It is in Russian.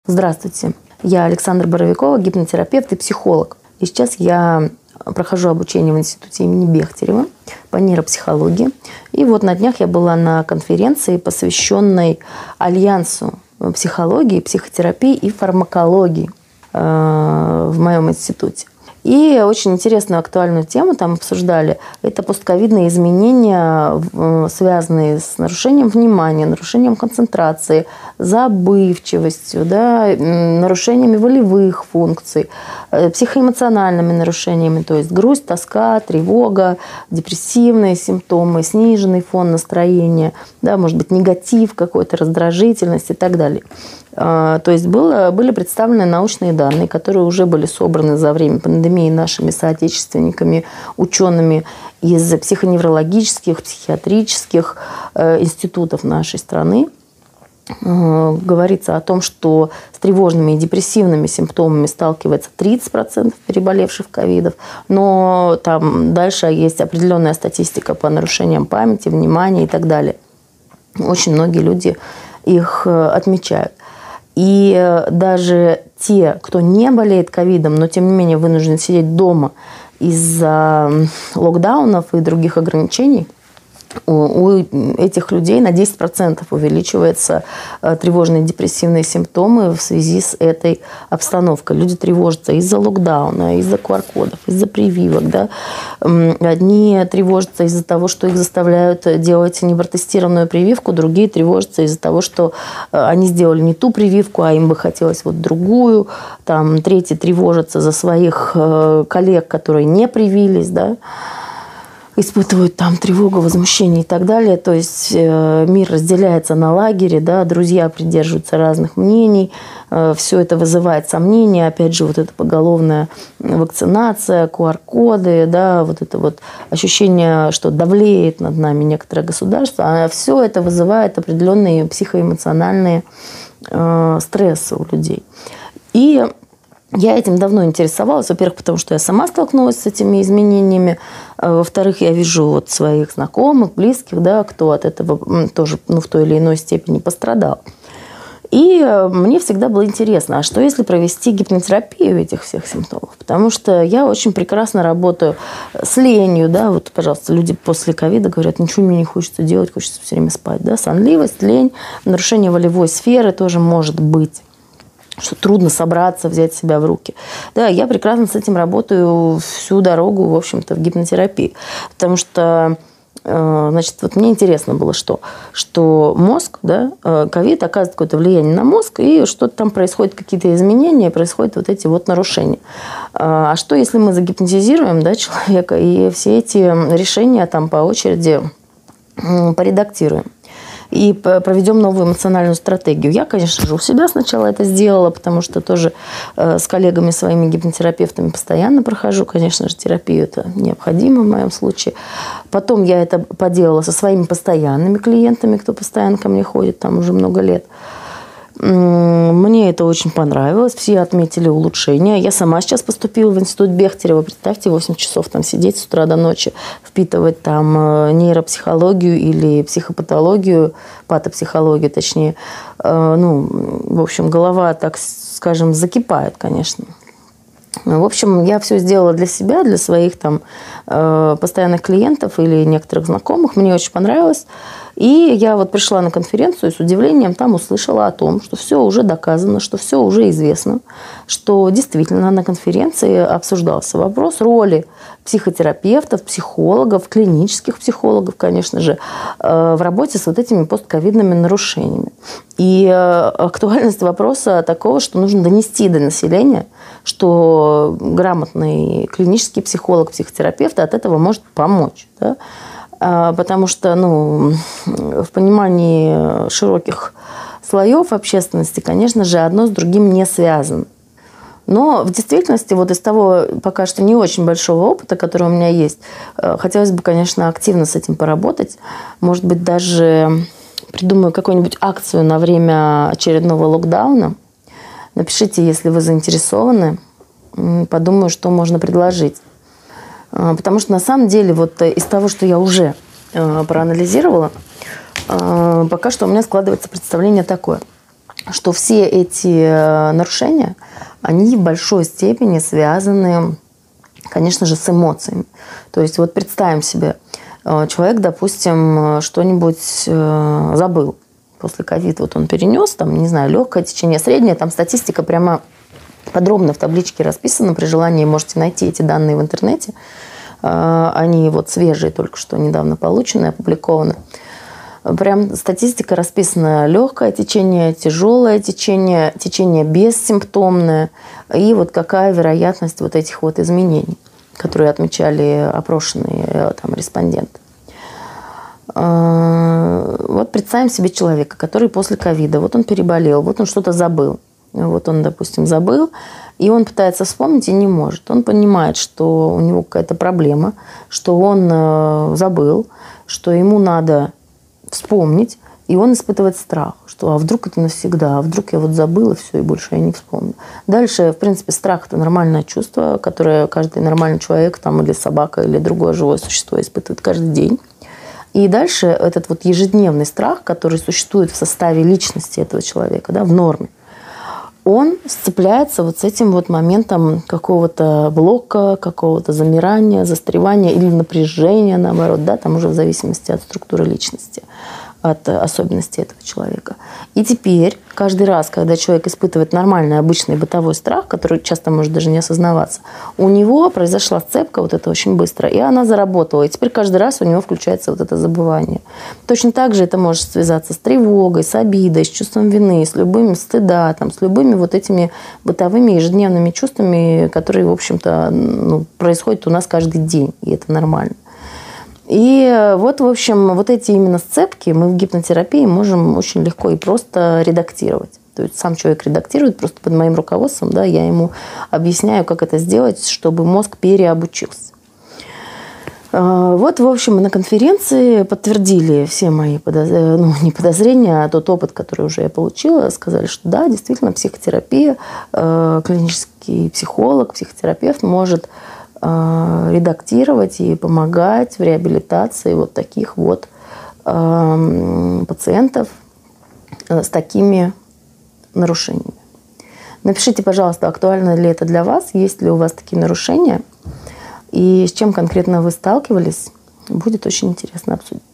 Здравствуйте, я Александра Боровикова, гипнотерапевт и психолог. И сейчас я прохожу обучение в институте имени Бехтерева по нейропсихологии. И вот на днях я была на конференции, посвященной альянсу психологии, психотерапии и фармакологии в моем институте. И очень интересную актуальную тему там обсуждали. Это постковидные изменения, связанные с нарушением внимания, нарушением концентрации, забывчивостью, да, нарушениями волевых функций, психоэмоциональными нарушениями, то есть грусть, тоска, тревога, депрессивные симптомы, сниженный фон настроения, да, может быть, негатив какой-то, раздражительность и так далее. То есть были представлены научные данные, которые уже были собраны за время пандемии нашими соотечественниками, учеными из психоневрологических, психиатрических институтов нашей страны. Говорится о том, что с тревожными и депрессивными симптомами сталкивается 30% переболевших ковидов, но там дальше есть определенная статистика по нарушениям памяти, внимания и так далее. Очень многие люди их отмечают. И даже те, кто не болеет ковидом, но тем не менее вынужден сидеть дома из-за локдаунов и других ограничений, у этих людей на 10% увеличиваются тревожные депрессивные симптомы в связи с этой обстановкой. Люди тревожатся из-за локдауна, из-за QR-кодов, из-за прививок. Да? Одни тревожатся из-за того, что их заставляют делать непротестированную прививку, другие тревожатся из-за того, что они сделали не ту прививку, а им бы хотелось вот другую. Там, третьи тревожатся за своих коллег, которые не привились, да? Испытывают там тревогу, возмущение и так далее. То есть мир разделяется на лагере, да, друзья придерживаются разных мнений. Все это вызывает сомнения. Опять же, вот эта поголовная вакцинация, QR-коды, да, вот это вот ощущение, что давлеет над нами некоторое государство. Все это вызывает определенные психоэмоциональные стрессы у людей. И я этим давно интересовалась. Во-первых, потому что я сама столкнулась с этими изменениями. Во-вторых, я вижу вот своих знакомых, близких, да, кто от этого тоже в той или иной степени пострадал. И мне всегда было интересно, а что если провести гипнотерапию этих всех симптомов? Потому что я очень прекрасно работаю с ленью. Да? Вот, пожалуйста, люди после ковида говорят, ничего мне не хочется делать, хочется все время спать. Да? Сонливость, лень, нарушение волевой сферы тоже может быть. Что трудно собраться, взять себя в руки. Да, я прекрасно с этим работаю всю дорогу, в общем-то, в гипнотерапии. Потому что, значит, вот мне интересно было, что мозг, да, ковид оказывает какое-то влияние на мозг, и что-то там происходит, какие-то изменения, происходят вот эти вот нарушения. А что, если мы загипнотизируем, да, человека, и все эти решения там по очереди поредактируем? И проведем новую эмоциональную стратегию. Я, конечно же, у себя сначала это сделала, потому что тоже с коллегами, своими гипнотерапевтами постоянно прохожу. Конечно же, терапию это необходимо в моем случае. Потом я это поделала со своими постоянными клиентами, кто постоянно ко мне ходит, там уже много лет. Мне это очень понравилось. Все отметили улучшения. Я сама сейчас поступила в институт Бехтерева. Представьте, 8 часов там сидеть с утра до ночи, впитывать там нейропсихологию или психопатологию, патопсихологию, точнее. В общем, голова, так скажем, закипает, конечно. В общем, я все сделала для себя, для своих там постоянных клиентов или некоторых знакомых. Мне очень понравилось. И я вот пришла на конференцию и с удивлением там услышала о том, что все уже доказано, что все уже известно, что действительно на конференции обсуждался вопрос роли психотерапевтов, психологов, клинических психологов, конечно же, в работе с вот этими постковидными нарушениями. И актуальность вопроса такого, что нужно донести до населения, что грамотный клинический психолог, психотерапевт от этого может помочь. Да? Потому что в понимании широких слоев общественности, конечно же, одно с другим не связано. Но в действительности, вот из того пока что не очень большого опыта, который у меня есть, хотелось бы, конечно, активно с этим поработать. Может быть, даже придумаю какую-нибудь акцию на время очередного локдауна. Напишите, если вы заинтересованы. Подумаю, что можно предложить. Потому что на самом деле вот из того, что я уже проанализировала, пока что у меня складывается представление такое, что все эти нарушения, они в большой степени связаны, конечно же, с эмоциями. То есть вот представим себе, человек, допустим, что-нибудь забыл. После ковида вот он перенес, там, не знаю, легкое течение, среднее, там статистика прямо подробно в табличке расписана. При желании можете найти эти данные в интернете. Они вот свежие, только что недавно полученные, опубликованы. Прям статистика расписана: легкое течение, тяжелое течение, течение бессимптомное. И вот какая вероятность вот этих вот изменений, которые отмечали опрошенные там респонденты. Вот представим себе человека, который после ковида, вот он переболел, вот он что-то забыл. Вот он, допустим, забыл, и он пытается вспомнить и не может. Он понимает, что у него какая-то проблема, что он забыл, что ему надо вспомнить, и он испытывает страх, что а вдруг это навсегда, а вдруг я вот забыла все, и больше я не вспомню. Дальше, в принципе, страх – это нормальное чувство, которое каждый нормальный человек, там, или собака, или другое живое существо испытывает каждый день. И дальше этот вот ежедневный страх, который существует в составе личности этого человека, да, в норме, он сцепляется вот с этим вот моментом какого-то блока, какого-то замирания, застревания или напряжения, наоборот, да, там уже в зависимости от структуры личности, от особенностей этого человека. И теперь каждый раз, когда человек испытывает нормальный, обычный бытовой страх, который часто может даже не осознаваться, у него произошла сцепка, вот это очень быстро, и она заработала. И теперь каждый раз у него включается вот это забывание. Точно так же это может связаться с тревогой, с обидой, с чувством вины, с любым стыда, там, с любыми вот этими бытовыми ежедневными чувствами, которые, в общем-то, ну, происходят у нас каждый день, и это нормально. И вот, в общем, вот эти именно сцепки мы в гипнотерапии можем очень легко и просто редактировать. То есть сам человек редактирует просто под моим руководством, да, я ему объясняю, как это сделать, чтобы мозг переобучился. Вот, в общем, на конференции подтвердили все мои не подозрения, а тот опыт, который уже я получила, сказали, что да, действительно, психотерапия, клинический психолог, психотерапевт может редактировать и помогать в реабилитации вот таких вот пациентов с такими нарушениями. Напишите, пожалуйста, актуально ли это для вас, есть ли у вас такие нарушения и с чем конкретно вы сталкивались. Будет очень интересно обсудить.